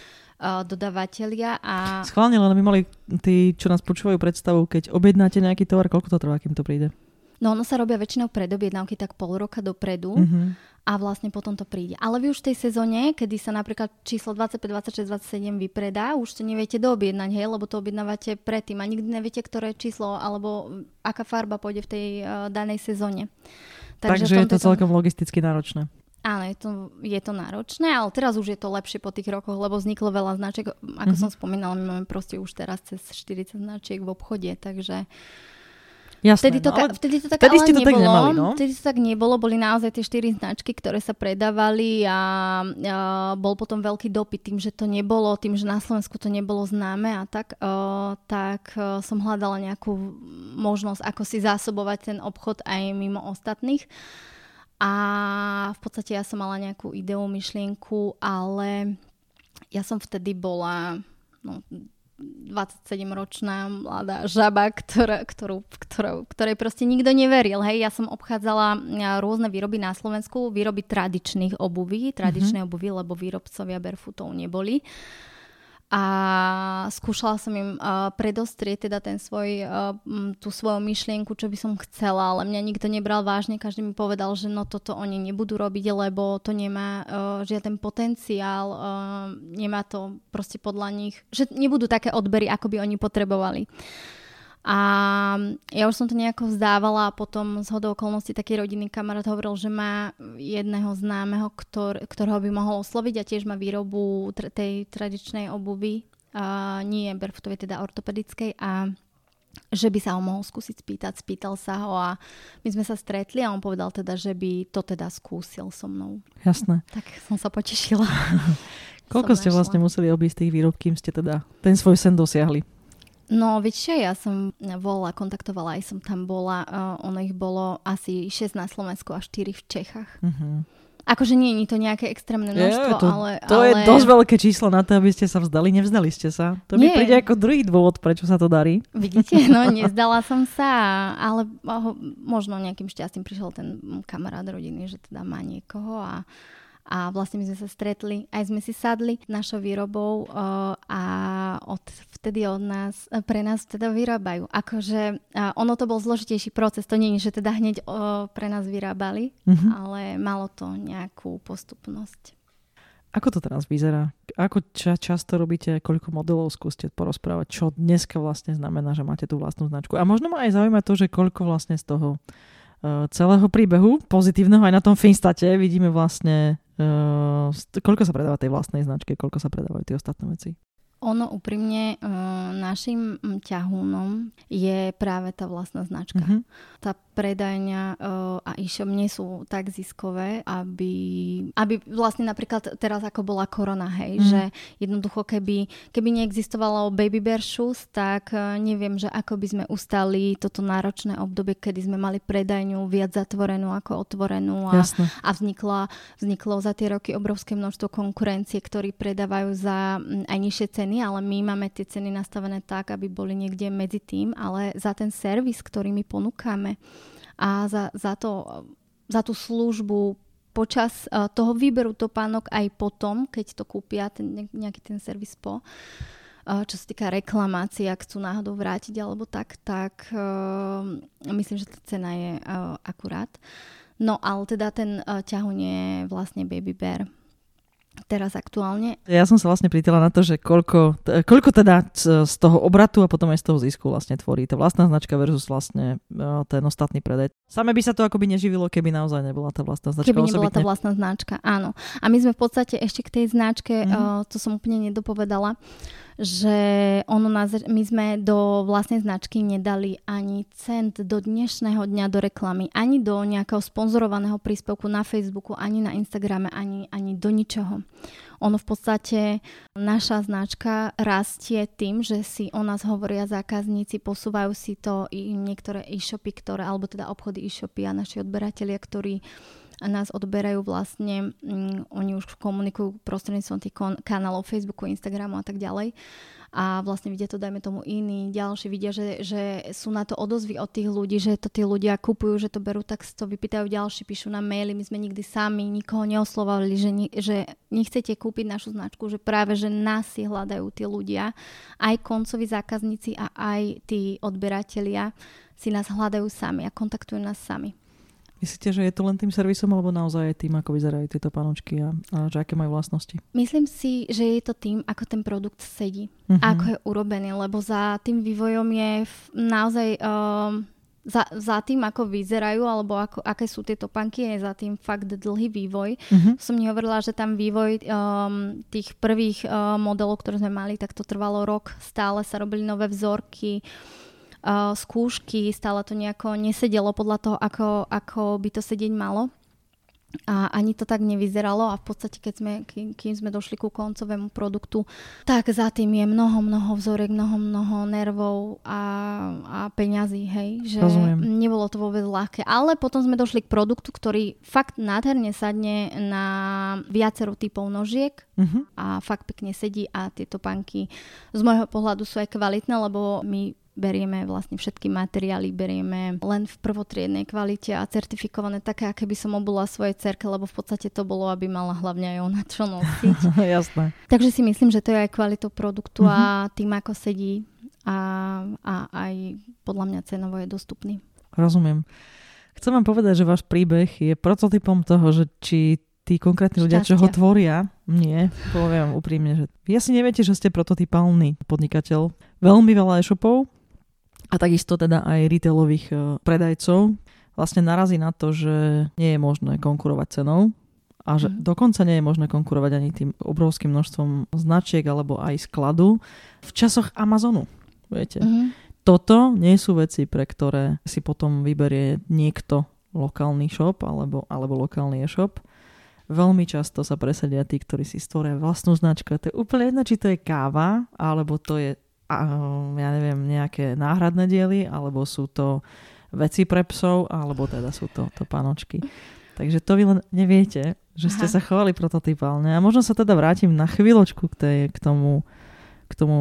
Speaker 2: uh, dodavatelia. A...
Speaker 1: Schválne, len by mali tí, čo nás počúvajú, predstavu, keď objednáte nejaký tovar, koľko to trvá, kým to príde?
Speaker 2: No ono sa robia väčšinou predobjednávky tak pol roka dopredu uh-huh. a vlastne potom to príde. Ale vy už v tej sezóne, kedy sa napríklad číslo dvadsaťpäť, dvadsaťšesť, dvadsaťsedem vypredá, už to neviete doobjednať, hej, lebo to objednávate predtým a nikdy neviete, ktoré číslo alebo aká farba pôjde v tej uh, danej sezóne.
Speaker 1: Takže, Takže je to celkom tom... logisticky náročné.
Speaker 2: Áno, je to, je to náročné, ale teraz už je to lepšie po tých rokoch, lebo vzniklo veľa značiek. Ako uh-huh. som spomínala, my máme proste už teraz cez štyridsať značiek v obchode, takže...
Speaker 1: Jasné,
Speaker 2: vtedy to,
Speaker 1: no, ale
Speaker 2: vtedy to tak
Speaker 1: vtedy
Speaker 2: ale
Speaker 1: ste to
Speaker 2: nebolo.
Speaker 1: Tak nemali, no?
Speaker 2: Vtedy to tak nebolo, boli naozaj tie štyri značky, ktoré sa predávali a, a bol potom veľký dopyt tým, že to nebolo, tým, že na Slovensku to nebolo známe a tak, a, tak a, som hľadala nejakú možnosť, ako si zásobovať ten obchod aj mimo ostatných. A v podstate ja som mala nejakú ideu, myšlienku, ale ja som vtedy bola no, dvadsaťsedemročná mladá žaba, ktorá, ktorú, ktorou, ktorej proste nikto neveril. Hej. Ja som obchádzala rôzne výroby na Slovensku, výroby tradičných obuví, tradičné mm-hmm. obuvy, lebo výrobcovia barefootov neboli. A skúšala som im uh, predostrieť teda ten svoj, uh, tú svoju myšlienku, čo by som chcela, ale mňa nikto nebral vážne, každý mi povedal, že no toto oni nebudú robiť, lebo to nemá uh, žiaden potenciál, uh, nemá to proste podľa nich, že nebudú také odbery, ako by oni potrebovali. A ja už som to nejako vzdávala a potom zhodou okolností taký rodinný kamarát hovoril, že má jedného známeho, ktor, ktorého by mohol osloviť a tiež má výrobu tr- tej tradičnej obuvy, a nie barefootovej, teda ortopedickej a že by sa ho mohol skúsiť spýtať. Spýtal sa ho a my sme sa stretli a on povedal teda, že by to teda skúsil so mnou.
Speaker 1: Jasné.
Speaker 2: Tak som sa potešila.
Speaker 1: Koľko ste vlastne museli obísť tých výrobky, kým ste teda ten svoj sen dosiahli?
Speaker 2: No, viete, ja som volala, kontaktovala, aj som tam bola. Uh, ono ich bolo asi šesť na Slovensku a štyri v Čechách. Uh-huh. Akože nie je to nejaké extrémne množstvo,
Speaker 1: je, to,
Speaker 2: ale...
Speaker 1: To
Speaker 2: ale...
Speaker 1: je dosť veľké číslo na to, aby ste sa vzdali. Nevzdali ste sa. To mi príde ako druhý dôvod, prečo sa to darí.
Speaker 2: Vidíte, no nezdala som sa, ale možno nejakým šťastím prišiel ten kamarát rodiny, že teda má niekoho a... A vlastne my sme sa stretli, aj sme si sadli našou výrobou uh, a od vtedy od nás, pre nás teda vyrábajú. Akože uh, ono to bol zložitejší proces, to nie je, že teda hneď uh, pre nás vyrábali, mm-hmm. ale malo to nejakú postupnosť.
Speaker 1: Ako to teraz vyzerá? Ako ča- často robíte, koľko modelov skúste porozprávať, čo dneska vlastne znamená, že máte tú vlastnú značku? A možno ma aj zaujíma to, že koľko vlastne z toho uh, celého príbehu, pozitívneho aj na tom Finstate, vidíme vlastne Uh, koľko sa predáva tej vlastnej značke, koľko sa predávajú tie ostatné veci?
Speaker 2: Ono úprimne uh, našim ťahúnom je práve tá vlastná značka. Mm-hmm. Tá predajňa uh, a e-shop nie sú tak ziskové, aby, aby vlastne napríklad teraz ako bola korona, hej, mm. že jednoducho keby, keby neexistovalo Baby Bear Shoes, tak uh, neviem, že ako by sme ustali toto náročné obdobie, kedy sme mali predajňu viac zatvorenú ako otvorenú a, a vzniklo, vzniklo za tie roky obrovské množstvo konkurencie, ktorí predávajú za m, aj nižšie ceny, ale my máme tie ceny nastavené tak, aby boli niekde medzi tým, ale za ten servis, ktorý my ponúkame a za, za, to, za tú službu počas uh, toho výberu topánok aj potom, keď to kúpia, ten, nejaký ten servis po, uh, čo sa týka reklamácií, ak chcú náhodou vrátiť alebo tak, tak uh, myslím, že tá cena je uh, akurát. No ale teda ten uh, ťahuň je vlastne Baby Bear. Teraz aktuálne.
Speaker 1: Ja som sa vlastne pritela na to, že koľko, t- koľko teda z toho obratu a potom aj z toho zisku vlastne tvorí tá vlastná značka versus vlastne uh, ten ostatný predaj. Same by sa to akoby neživilo, keby naozaj nebola tá vlastná značka.
Speaker 2: Keby nebola
Speaker 1: osobitne.
Speaker 2: Tá vlastná značka, áno. A my sme v podstate ešte k tej značke, mm. uh, to som úplne nedopovedala, že ono nás, my sme do vlastnej značky nedali ani cent do dnešného dňa do reklamy, ani do nejakého sponzorovaného príspevku na Facebooku, ani na Instagrame, ani, ani do ničoho. Ono v podstate, naša značka rastie tým, že si o nás hovoria zákazníci, posúvajú si to i niektoré e-shopy, ktoré, alebo teda obchody e-shopy a naši odberatelia, ktorí nás odberajú vlastne, um, oni už komunikujú prostredníctvom tých kon- kanálov Facebooku, Instagramu a tak ďalej. A vlastne vidia to, dajme tomu iní, ďalší vidia, že, že sú na to odozvy od tých ľudí, že to tí ľudia kupujú, že to berú, tak to vypýtajú ďalší, píšu nám maily, my sme nikdy sami nikoho neoslovali, že, ni- že nechcete kúpiť našu značku, že práve, že nás si hľadajú tí ľudia, aj koncoví zákazníci a aj tí odberatelia si nás hľadajú sami a kontaktujú nás sami.
Speaker 1: Myslíte, že je to len tým servisom, alebo naozaj je tým, ako vyzerajú tieto panočky a, a že aké majú vlastnosti?
Speaker 2: Myslím si, že je to tým, ako ten produkt sedí, uh-huh. ako je urobený, lebo za tým vývojom je naozaj... Um, Za, za tým, ako vyzerajú, alebo ako, aké sú tie topánky, je za tým fakt dlhý vývoj. Uh-huh. Som nehovorila, že tam vývoj um, tých prvých um, modelov, ktoré sme mali, tak to trvalo rok. Stále sa robili nové vzorky, uh, skúšky, stále to nejako nesedelo podľa toho, ako, ako by to sedieť malo. A ani to tak nevyzeralo a v podstate, keď sme, kým, kým sme došli ku koncovému produktu, tak za tým je mnoho, mnoho vzoriek, mnoho, mnoho nervov a, a peňazí, hej, že
Speaker 1: Rozumiem.
Speaker 2: Nebolo to vôbec ľahké. Ale potom sme došli k produktu, ktorý fakt nádherne sadne na viacero typov nožiek uh-huh. a fakt pekne sedí a tie topánky z môjho pohľadu sú aj kvalitné, lebo my berieme vlastne všetky materiály, berieme len v prvotriednej kvalite a certifikované také, aké by som obula svojej dcerke, lebo v podstate to bolo, aby mala hlavne aj ona čo nosiť.
Speaker 1: Jasné.
Speaker 2: Takže si myslím, že to je aj kvalitou produktu uh-huh. a tým, ako sedí a, a aj podľa mňa cenovo je dostupný.
Speaker 1: Rozumiem. Chcem vám povedať, že váš príbeh je prototypom toho, že či tí konkrétni ľudia, čo ho tvoria, nie, poviem úprimne, že vy asi neviete, že ste prototypálny podnikateľ. Veľmi veľa e-shopov a takisto teda aj retailových predajcov vlastne narazí na to, že nie je možné konkurovať cenou a že mm. dokonca nie je možné konkurovať ani tým obrovským množstvom značiek alebo aj skladu v časoch Amazonu. Viete? Mm. Toto nie sú veci, pre ktoré si potom vyberie niekto lokálny shop alebo, alebo lokálny e-shop. Veľmi často sa presadia tí, ktorí si stvoria vlastnú značku. To je úplne jedno, či to je káva, alebo to je ja neviem, nejaké náhradné diely, alebo sú to veci pre psov, alebo teda sú to, to panočky. Takže to vy len neviete, že ste Aha. sa chovali prototypálne. A možno sa teda vrátim na chvíľočku k, tej, k tomu, k tomu,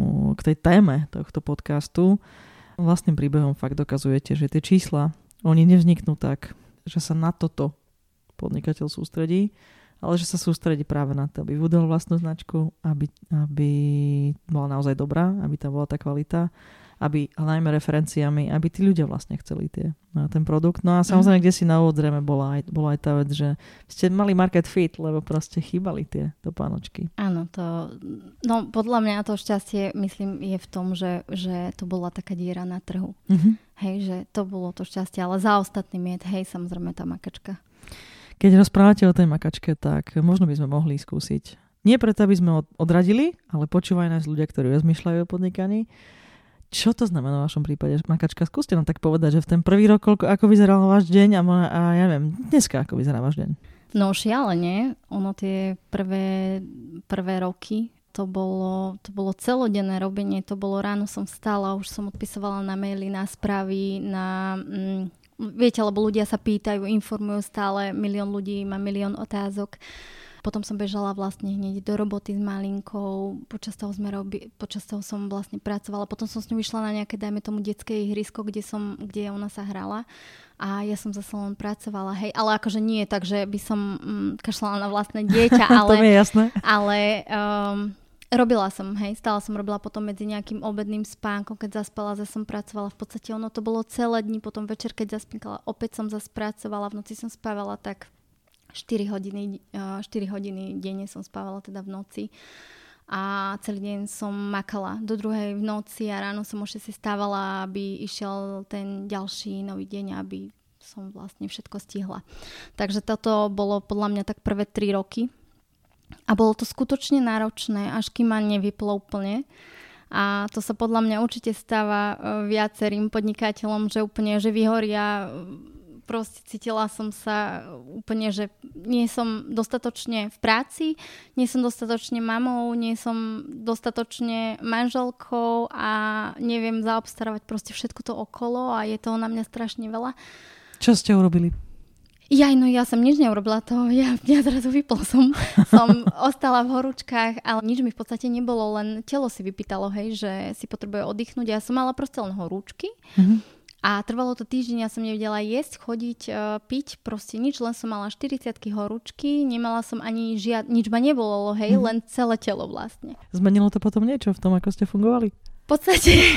Speaker 1: k tej téme tohto podcastu. Vlastným príbehom fakt dokazujete, že tie čísla, oni nevzniknú tak, že sa na toto podnikateľ sústredí, ale že sa sústredí práve na to, aby vydal vlastnú značku, aby, aby bola naozaj dobrá, aby tam bola tá kvalita, aby najmä referenciami, aby tí ľudia vlastne chceli tie, ten produkt. No a samozrejme, kde si na úvod zrejme bola aj, bola aj tá vec, že ste mali market fit, lebo proste chýbali tie topánočky.
Speaker 2: Áno, to, no podľa mňa to šťastie, myslím, je v tom, že, že to bola taká diera na trhu. Uh-huh. Hej, že to bolo to šťastie, ale za ostatným je, hej, samozrejme tá makačka.
Speaker 1: Keď rozprávate o tej makačke, tak možno by sme mohli skúsiť. Nie preto, aby sme odradili, ale počúvajú nás ľudia, ktorí rozmýšľajú o podnikaní. Čo to znamená v vašom prípade makačka? Skúste nám tak povedať, že v ten prvý rok, koľko, ako vyzeral váš deň a, a ja neviem, dneska ako vyzerá váš deň.
Speaker 2: No šialene, ono tie prvé, prvé roky, to bolo, to bolo celodenné robenie, to bolo ráno som vstala, už som odpisovala na maily, na správy, na... Mm, viete, lebo ľudia sa pýtajú, informujú stále, milión ľudí má milión otázok. Potom som bežala vlastne hneď do roboty s malinkou, počas toho, sme robi, počas toho som vlastne pracovala, potom som s ňou išla na nejaké, dajme tomu, detské ihrisko, kde, som, kde ona sa hrala a ja som zase len pracovala, hej, ale akože nie je tak, že by som mm, kašľala na vlastné dieťa, ale...
Speaker 1: To mi je jasné.
Speaker 2: Ale... Um, Robila som, hej, stále som robila potom medzi nejakým obedným spánkom, keď zaspala, zase som pracovala, v podstate ono to bolo celé dni, potom večer, keď zaspínkala, opäť som zase pracovala, v noci som spávala tak štyri hodiny, štyri hodiny denne som spávala teda v noci a celý deň som makala do druhej v noci a ráno som už si stávala, aby išiel ten ďalší nový deň, aby som vlastne všetko stihla. Takže toto bolo podľa mňa tak prvé tri roky. A bolo to skutočne náročné, až kým ma nevyplo úplne. A to sa podľa mňa určite stáva viacerým podnikateľom, že úplne, že vyhoria. Proste cítila som sa úplne, že nie som dostatočne v práci, nie som dostatočne mamou, nie som dostatočne manželkou a neviem zaobstarávať proste všetko to okolo a je toho na mňa strašne veľa.
Speaker 1: Čo ste urobili?
Speaker 2: Jaj, no ja som nič neurobila, to ja, ja zrazu vypla som. Som ostala v horúčkach, ale nič mi v podstate nebolo, len telo si vypýtalo, hej, že si potrebuje oddychnúť. Ja som mala proste len horúčky mm-hmm. a trvalo to týždeň, ja som nevedela jesť, chodiť, uh, piť, proste nič, len som mala štyridsiatky horúčky, nemala som ani žiad, nič ma nebolo, hej, mm-hmm. len celé telo vlastne.
Speaker 1: Zmenilo to potom niečo v tom, ako ste fungovali?
Speaker 2: V podstate,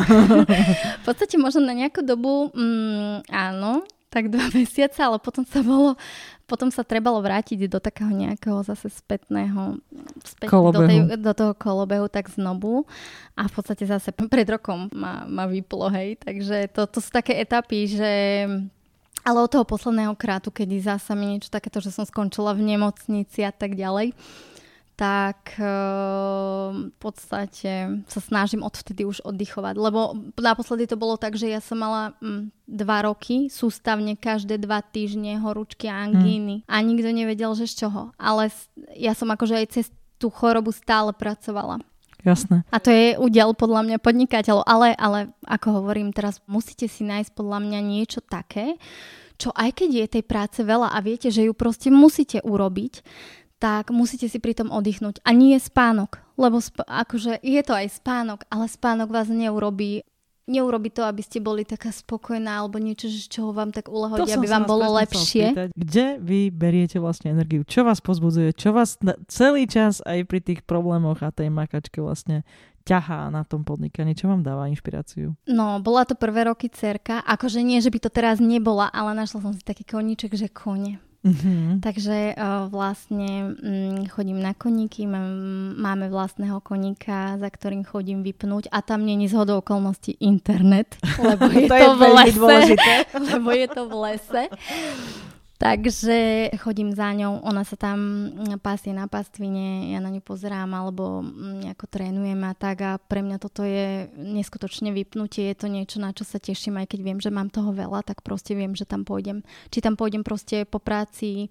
Speaker 2: v podstate možno na nejakú dobu, mm, áno, tak dva mesiace, ale potom sa bolo, potom sa trebalo vrátiť do takého nejakého zase spätného, späť do, tej, do toho kolobehu tak znovu a v podstate zase pred rokom ma, ma vyplo, hej, takže to, to sú také etapy, že ale od toho posledného krátu, kedy zasa mi niečo takéto, že som skončila v nemocnici a tak ďalej, tak uh, v podstate sa snažím odvtedy už oddychovať. Lebo naposledy to bolo tak, že ja som mala mm, dva roky sústavne každé dva týždne horúčky a angíny. Hmm. A nikto nevedel, že z čoho. Ale ja som akože aj cez tú chorobu stále pracovala.
Speaker 1: Jasné.
Speaker 2: A to je údel podľa mňa podnikateľov. Ale, ale ako hovorím teraz, musíte si nájsť podľa mňa niečo také, čo aj keď je tej práce veľa a viete, že ju proste musíte urobiť, tak musíte si pri tom oddychnúť. A nie je spánok, lebo sp- akože je to aj spánok, ale spánok vás neurobí, neurobí to, aby ste boli taká spokojná alebo niečo, z čoho vám tak uľahodí, aby vám bolo lepšie.
Speaker 1: Kde vy beriete vlastne energiu? Čo vás pozbudzuje? Čo vás celý čas aj pri tých problémoch a tej makačke vlastne ťahá na tom podnikaní? Čo vám dáva inšpiráciu?
Speaker 2: No, bola to prvé roky dcerka. Akože nie, že by to teraz nebola, ale našla som si taký koníček, že kone. Mm-hmm. Takže uh, vlastne um, chodím na koníky, mám, máme vlastného koníka, za ktorým chodím vypnúť a tam nie je zhodou okolností internet, lebo je to, to je v lese. Lebo je to v lese. Takže chodím za ňou, ona sa tam pasie na pastvine, ja na ňu pozerám alebo nejako trénujem a tak a pre mňa toto je neskutočne vypnutie, je to niečo, na čo sa teším, aj keď viem, že mám toho veľa, tak proste viem, že tam pôjdem. Či tam pôjdem proste po práci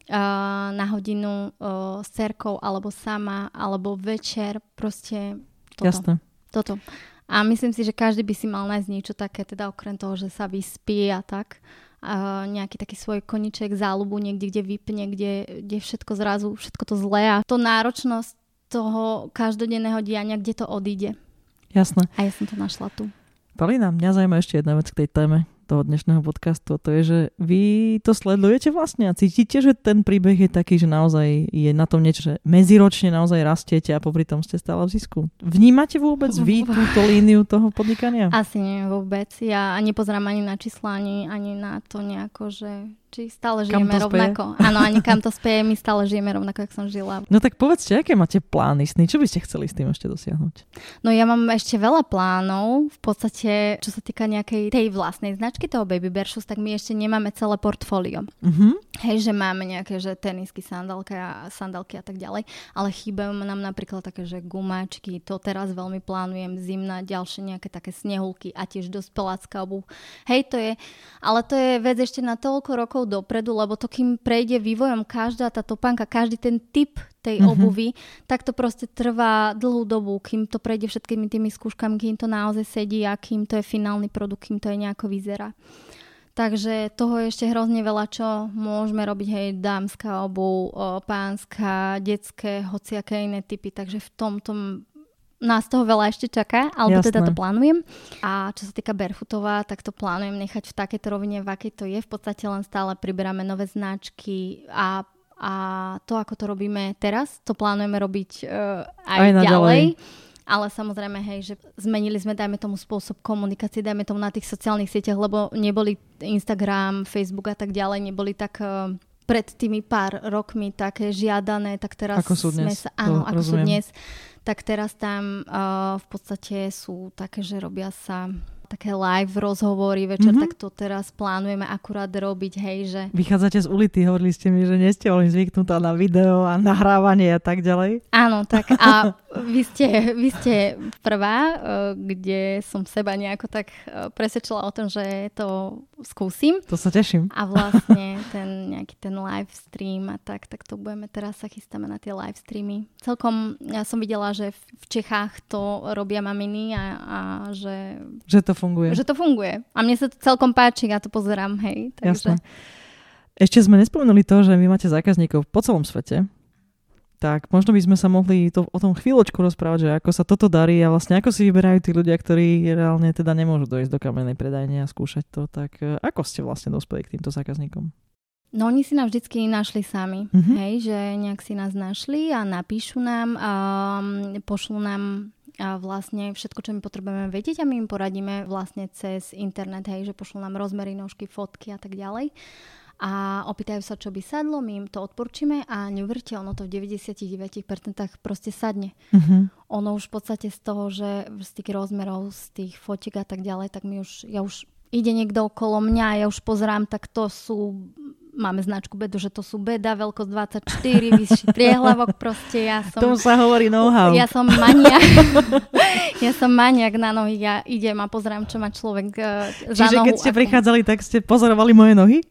Speaker 2: uh, na hodinu uh, s dcerkou alebo sama, alebo večer, proste toto.
Speaker 1: Jasné.
Speaker 2: Toto. A myslím si, že každý by si mal nájsť niečo také, teda okrem toho, že sa vyspí a tak. Uh, nejaký taký svoj koniček, záľubu niekde, kde vypne, kde, kde všetko zrazu, všetko to zlé a to náročnosť toho každodenného diania, kde to odíde.
Speaker 1: Jasné.
Speaker 2: A ja som to našla tu.
Speaker 1: Palina, mňa zaujíma ešte jedna vec k tej téme toho dnešného podcastu, to je, že vy to sledujete vlastne a cítite, že ten príbeh je taký, že naozaj je na tom niečo, že medziročne naozaj rastiete a popri tom ste stále v zisku. Vnímate vôbec vy túto líniu toho podnikania?
Speaker 2: Asi nie vôbec. Ja ani pozerám ani na čísla, ani, ani na to nejako, že či stále žijeme rovnako. Áno, ani kam to speje, my stále žijeme rovnako, jak som žila.
Speaker 1: No tak povedzte, aké máte plány, sny? Čo by ste chceli s tým ešte dosiahnuť?
Speaker 2: No ja mám ešte veľa plánov. V podstate, čo sa týka nejakej tej vlastnej značky, toho Baby Bear Shoes, tak my ešte nemáme celé portfólio. Uh-huh. Hej, že máme nejaké, že tenisky, sandálky a, sandálky a tak ďalej, ale chýbajú nám napríklad také, že gumáčky, to teraz veľmi plánujem, zimná, ďalšie nejaké také snehulky a tiež dospelácka obuv. Hej, to je, ale to je vec ešte na toľko rokov dopredu, lebo to kým prejde vývojom každá tá topánka, každý ten typ tej uh-huh. obuvy, tak to proste trvá dlhú dobu, kým to prejde všetkými tými skúškami, kým to naozaj sedí a kým to je finálny produkt, kým to je nejako vyzerá. Takže toho je ešte hrozne veľa, čo môžeme robiť, hej, dámska obuv, pánska, detské, hociaké iné typy, takže v tomto nás toho veľa ešte čaká, alebo Jasné. teda to plánujem. A čo sa týka barefootová, tak to plánujem nechať v takejto rovine, v akej to je. V podstate len stále priberáme nové značky a, a to, ako to robíme teraz, to plánujeme robiť uh, aj, aj ďalej. Ale samozrejme, hej, že zmenili sme, dajme tomu, spôsob komunikácie, dajme tomu na tých sociálnych sieťach, lebo neboli Instagram, Facebook a tak ďalej, neboli tak... Uh, pred tými pár rokmi také žiadané, tak teraz
Speaker 1: ako sú dnes,
Speaker 2: sme sa, áno, ako rozumiem. sú dnes, tak teraz tam uh, v podstate sú také, že robia sa také live rozhovory večer, mm-hmm. tak to teraz plánujeme akurát robiť, hej, že... Vychádzate
Speaker 1: z ulity, hovorili ste mi, že nie ste veľmi zvyknutá na video a nahrávanie a tak ďalej.
Speaker 2: Áno, tak a vy ste, vy ste prvá, kde som seba nejako tak presvedčila o tom, že to skúsim.
Speaker 1: To sa teším.
Speaker 2: A vlastne ten nejaký ten live stream a tak, tak to budeme teraz sa chystáme na tie live streamy. Celkom ja som videla, že v Čechách to robia maminy a, a že...
Speaker 1: Že to funguje.
Speaker 2: Že to funguje. A mne sa to celkom páči, ja to pozerám, hej. Takže...
Speaker 1: Jasné. Ešte sme nespomenuli to, že vy máte zákazníkov po celom svete. Tak možno by sme sa mohli to, o tom chvíľočku rozprávať, že ako sa toto darí a vlastne ako si vyberajú tí ľudia, ktorí reálne teda nemôžu dojsť do kamennej predajne a skúšať to. Tak ako ste vlastne dospeli k týmto zákazníkom?
Speaker 2: No oni si nás vždycky našli sami, mm-hmm. hej, že nejak si nás našli a napíšu nám, a pošlú nám a vlastne všetko, čo my potrebujeme vedieť a my im poradíme vlastne cez internet, hej, že pošlú nám rozmery, nožky, fotky a tak ďalej. A opýtajú sa, čo by sadlo, my im to odporčíme a neuverite, ono to v deväťdesiatdeväť percent proste sadne. Mm-hmm. Ono už v podstate z toho, že z tých rozmerov, z tých fotiek a tak ďalej, tak my už, ja už ide niekto okolo mňa a ja už pozerám, tak to sú máme značku Bedu, že to sú Beda, veľkosť dvadsaťštyri, vyšší priehlavok, proste ja som...
Speaker 1: Tomu sa hovorí know-how.
Speaker 2: Ja som maniak. ja som maniak na nohy, ja idem a pozerám, čo má človek uh, za
Speaker 1: Čiže
Speaker 2: nohu.
Speaker 1: keď ste
Speaker 2: ako...
Speaker 1: prichádzali, tak ste pozorovali moje nohy?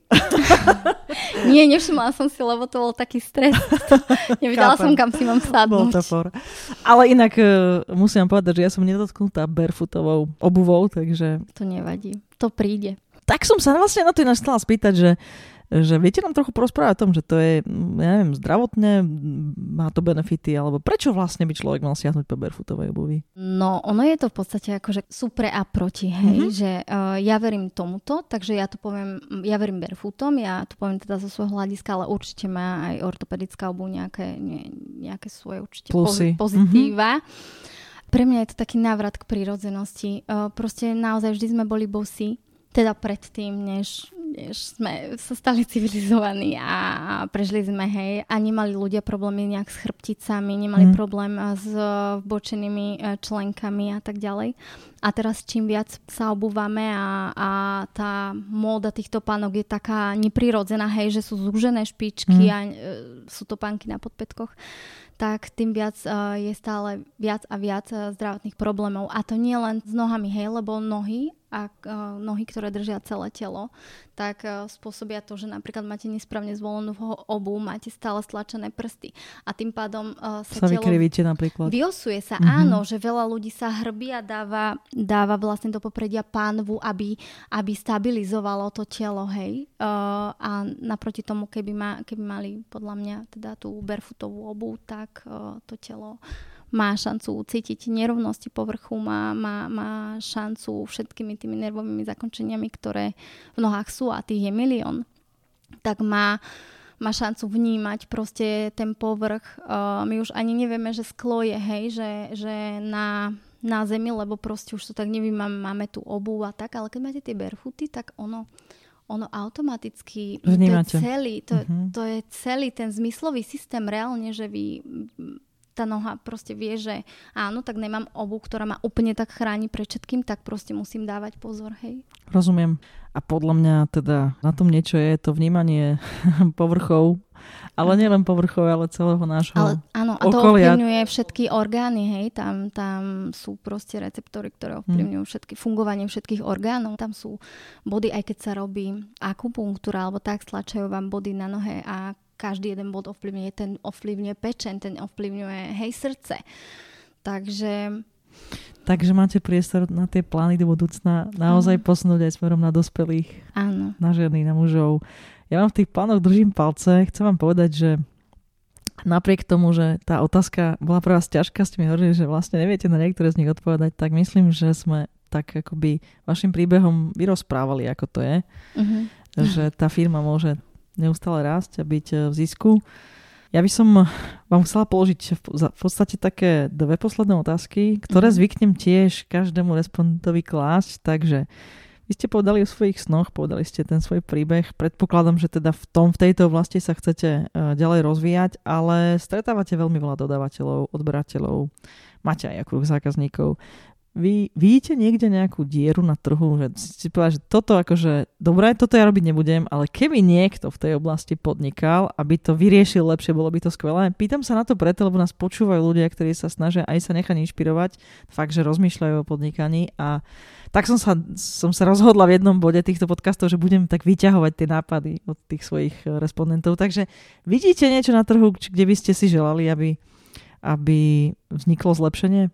Speaker 2: Nie, nevšimla som si, lebo to bol taký stres. Nevedela som, kam si mám sadnúť.
Speaker 1: Bol to for. Ale inak uh, musím povedať, že ja som nedotknutá barefootovou obuvou, takže...
Speaker 2: To nevadí, to príde.
Speaker 1: Tak som sa vlastne na to ináč chcela spýtať, že, že viete nám trochu porozprávať o tom, že to je, ja neviem, zdravotne, má to benefity, alebo prečo vlastne by človek mal siahnuť po barefootovej obuvi?
Speaker 2: No, ono je to v podstate akože sú pre a proti, hej, mm-hmm. že uh, ja verím tomuto, takže ja to poviem, ja verím barefootom, ja to poviem teda zo svojho hľadiska, ale určite má aj ortopedická obuv nejaké, ne, nejaké svoje určite
Speaker 1: plusy,
Speaker 2: pozitíva.
Speaker 1: Mm-hmm.
Speaker 2: Pre mňa je to taký návrat k prírodzenosti. Uh, proste naozaj vždy sme boli bosí. Teda predtým, než, než sme sa stali civilizovaní a prežili sme, hej, a nemali ľudia problémy nejak s chrbticami, nemali mm. problém s vbočenými členkami a tak ďalej. A teraz čím viac sa obúvame a, a tá móda týchto pánok je taká neprirodzená, hej, že sú zúžené špičky mm. a e, sú to pánky na podpätkoch, tak tým viac uh, je stále viac a viac uh, zdravotných problémov. A to nie len s nohami, hej, lebo nohy, a uh, nohy, ktoré držia celé telo, tak uh, spôsobia to, že napríklad máte nesprávne zvolenú obuv, máte stále stlačené prsty. A tým pádom uh, sa,
Speaker 1: sa
Speaker 2: telo...
Speaker 1: vykrivíte napríklad.
Speaker 2: Vyosuje sa,
Speaker 1: mm-hmm.
Speaker 2: áno, že veľa ľudí sa hrbí a dáva, dáva vlastne do popredia pánvu, aby, aby stabilizovalo to telo, hej. Uh, a naproti tomu, keby, ma, keby mali podľa mňa teda tú barefootovú obuv, tak to telo má šancu cítiť nerovnosti povrchu, má, má, má šancu všetkými tými nervovými zakončeniami, ktoré v nohách sú, a tých je milión, tak má, má šancu vnímať proste ten povrch. Uh, my už ani nevieme, že sklo je, hej, že, že na, na zemi, lebo proste už to tak nevymáme, máme tú obuv a tak, ale keď máte tie barefooty, tak ono ono automaticky,
Speaker 1: vnímate.
Speaker 2: To je celý, to,
Speaker 1: uh-huh.
Speaker 2: to je celý ten zmyslový systém reálne, že vy, tá noha proste vie, že áno, tak nemám obuv, ktorá ma úplne tak chráni pred všetkým, tak proste musím dávať pozor, hej.
Speaker 1: Rozumiem. A podľa mňa teda na tom niečo je to vnímanie povrchov, ale nielen povrchov, ale celého nášho
Speaker 2: ale, áno, a to
Speaker 1: okolia.
Speaker 2: ovplyvňuje všetky orgány, hej, tam, tam sú proste receptory, ktoré ovplyvňujú všetky, fungovanie všetkých orgánov, tam sú body, aj keď sa robí akupunktúra, alebo tak stlačajú vám body na nohe a každý jeden bod ovplyvňuje, ten ovplyvňuje pečeň, ten ovplyvňuje, hej, srdce. Takže...
Speaker 1: Takže máte priestor na tie plány do budúcna naozaj posunúť aj smerom na dospelých,
Speaker 2: áno.
Speaker 1: na ženy, na mužov. Ja vám v tých plánoch držím palce. Chcem vám povedať, že napriek tomu, že tá otázka bola pre vás ťažká, ste mi hovorili, že vlastne neviete na niektoré z nich odpovedať, tak myslím, že sme tak akoby vašim príbehom vyrozprávali, ako to je. Uh-huh. Že tá firma môže neustále rásť a byť v zisku. Ja by som vám chcela položiť v podstate také dve posledné otázky, ktoré uh-huh. zvyknem tiež každému respondentovi klásť, takže vy ste povedali o svojich snoch, povedali ste ten svoj príbeh. Predpokladám, že teda v tom, v tejto oblasti sa chcete uh, ďalej rozvíjať, ale stretávate veľmi veľa dodávateľov, odberateľov, máte aj okruh zákazníkov. Vy vidíte niekde nejakú dieru na trhu, že si povedal, že toto akože, dobré, toto ja robiť nebudem, ale keby niekto v tej oblasti podnikal, aby to vyriešil lepšie, bolo by to skvelé. Pýtam sa na to preto, lebo nás počúvajú ľudia, ktorí sa snažia aj sa nechať inšpirovať, fakt, že rozmýšľajú o podnikaní, a tak som sa, som sa rozhodla v jednom bode týchto podcastov, že budem tak vyťahovať tie nápady od tých svojich respondentov. Takže vidíte niečo na trhu, kde by ste si želali, aby, aby vzniklo zlepšenie?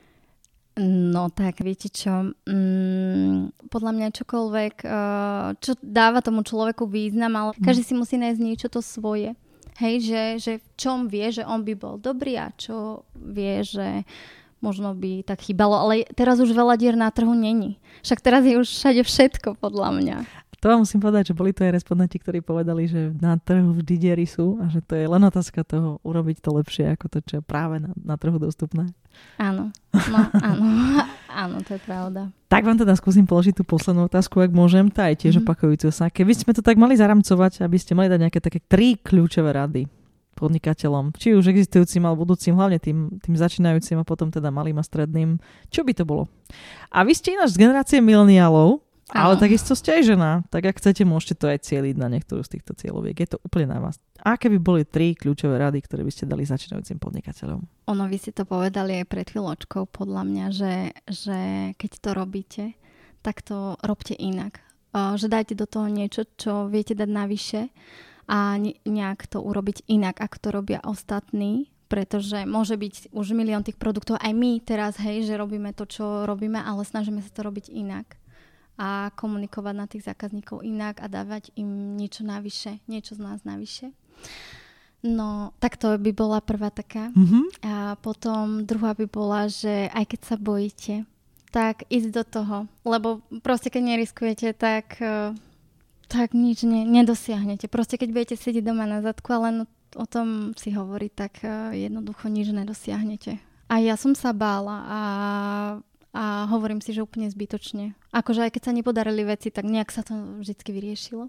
Speaker 2: No tak, viete čo, mm, podľa mňa čokoľvek, uh, čo dáva tomu človeku význam, ale každý si musí nájsť niečo to svoje. Hej, že, že v čom vie, že on by bol dobrý a čo vie, že možno by tak chýbalo. Ale teraz už veľa dier na trhu není. Však teraz je už všade všetko, podľa mňa.
Speaker 1: To vám musím povedať, že boli to aj respondenti, ktorí povedali, že na trhu vždy diery sú a že to je len otázka toho urobiť to lepšie ako to, čo je práve na, na trhu dostupné.
Speaker 2: Áno, no áno, áno, to je pravda.
Speaker 1: Tak vám teda skúsim položiť tú poslednú otázku, ak môžem, tá je tiež mm-hmm. opakujúca sa. Keby sme to tak mali zaramcovať, aby ste mali dať nejaké také tri kľúčové rady podnikateľom, či už existujúcim alebo budúcim, hlavne tým, tým začínajúcim a potom teda malým a stredným, čo by to bolo? A vy ste ináč z generácie mileniálov, Ale takisto ste aj žena, tak ak chcete, môžete to aj cieliť na niektorú z týchto cieľoviek. Je to úplne na vás. Aké by boli tri kľúčové rady, ktoré by ste dali začínajúcim podnikateľom?
Speaker 2: Ono, vy ste to povedali aj pred chvíľočkou, podľa mňa, že, že keď to robíte, tak to robte inak. Že dajte do toho niečo, čo viete dať navyše a nejak to urobiť inak, ako to robia ostatní. Pretože môže byť už milión tých produktov, aj my teraz, hej, že robíme to, čo robíme, ale snažíme sa to robiť inak a komunikovať na tých zákazníkov inak a dávať im niečo navyše, niečo z nás navyše. No, tak to by bola prvá taká. Mm-hmm. A potom druhá by bola, že aj keď sa bojíte, tak ísť do toho, lebo proste keď neriskujete, tak, tak nič ne, nedosiahnete. Proste keď budete sedieť doma na zadku a len o tom si hovorí, tak jednoducho nič nedosiahnete. A ja som sa bála a, a hovorím si, že úplne zbytočne. Akože aj keď sa nepodarili veci, tak nejak sa to vždycky vyriešilo.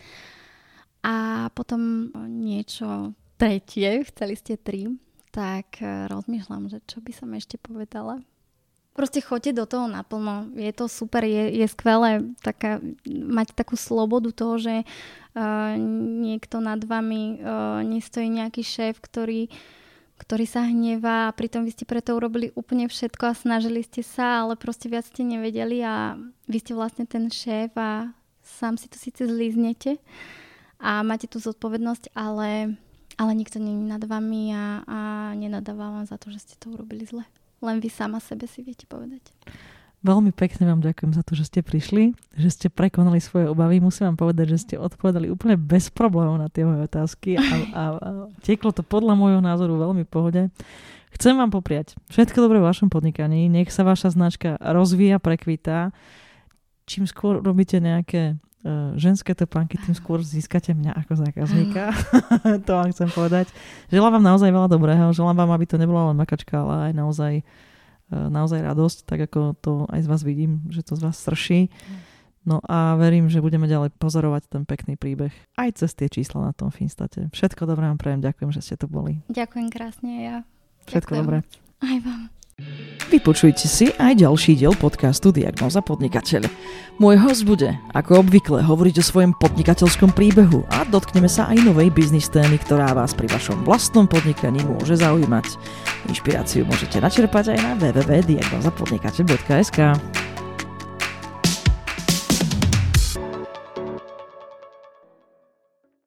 Speaker 2: A potom niečo tretie, chceli ste tri, tak rozmýšľam, že čo by som ešte povedala. Proste choďte do toho naplno. Je to super, je, je skvelé taká, mať takú slobodu toho, že uh, niekto nad vami uh, nestojí nejaký šéf, ktorý, ktorý sa hnevá a pritom vy ste preto urobili úplne všetko a snažili ste sa, ale proste viac ste nevedeli a vy ste vlastne ten šéf a sám si to síce zlíznete a máte tú zodpovednosť, ale, ale nikto nie je nad vami a, a nenadáva vám za to, že ste to urobili zle. Len vy sama sebe si viete povedať.
Speaker 1: Veľmi pekne vám ďakujem za to, že ste prišli, že ste prekonali svoje obavy. Musím vám povedať, že ste odpovedali úplne bez problémov na tie moje otázky a, a, a tieklo to podľa môjho názoru veľmi v pohode. Chcem vám popriať všetko dobré v vašom podnikaní. Nech sa vaša značka rozvíja, prekvitá. Čím skôr robíte nejaké uh, ženské topánky, tým skôr získate mňa ako zákazníka. To vám chcem povedať. Želám vám naozaj veľa dobrého. Želám vám, aby to nebola len makačka, ale aj naozaj, uh, naozaj radosť, tak ako to aj z vás vidím, že to z vás srší. No a verím, že budeme ďalej pozorovať ten pekný príbeh aj cez tie čísla na tom Finstate. Všetko dobré vám prajem. Ďakujem, že ste tu boli.
Speaker 2: Ďakujem krásne ja.
Speaker 1: Všetko
Speaker 2: Ďakujem.
Speaker 1: dobré.
Speaker 2: Aj vám.
Speaker 1: Vypočujte si aj ďalší diel podcastu Diagnóza podnikateľ. Môj host bude, ako obvykle, hovoriť o svojom podnikateľskom príbehu a dotkneme sa aj novej biznis témy, ktorá vás pri vašom vlastnom podnikaní môže zaujímať. Inšpiráciu môžete načerpať aj na w w w bodka diagnoza podnikateľ bodka es ka.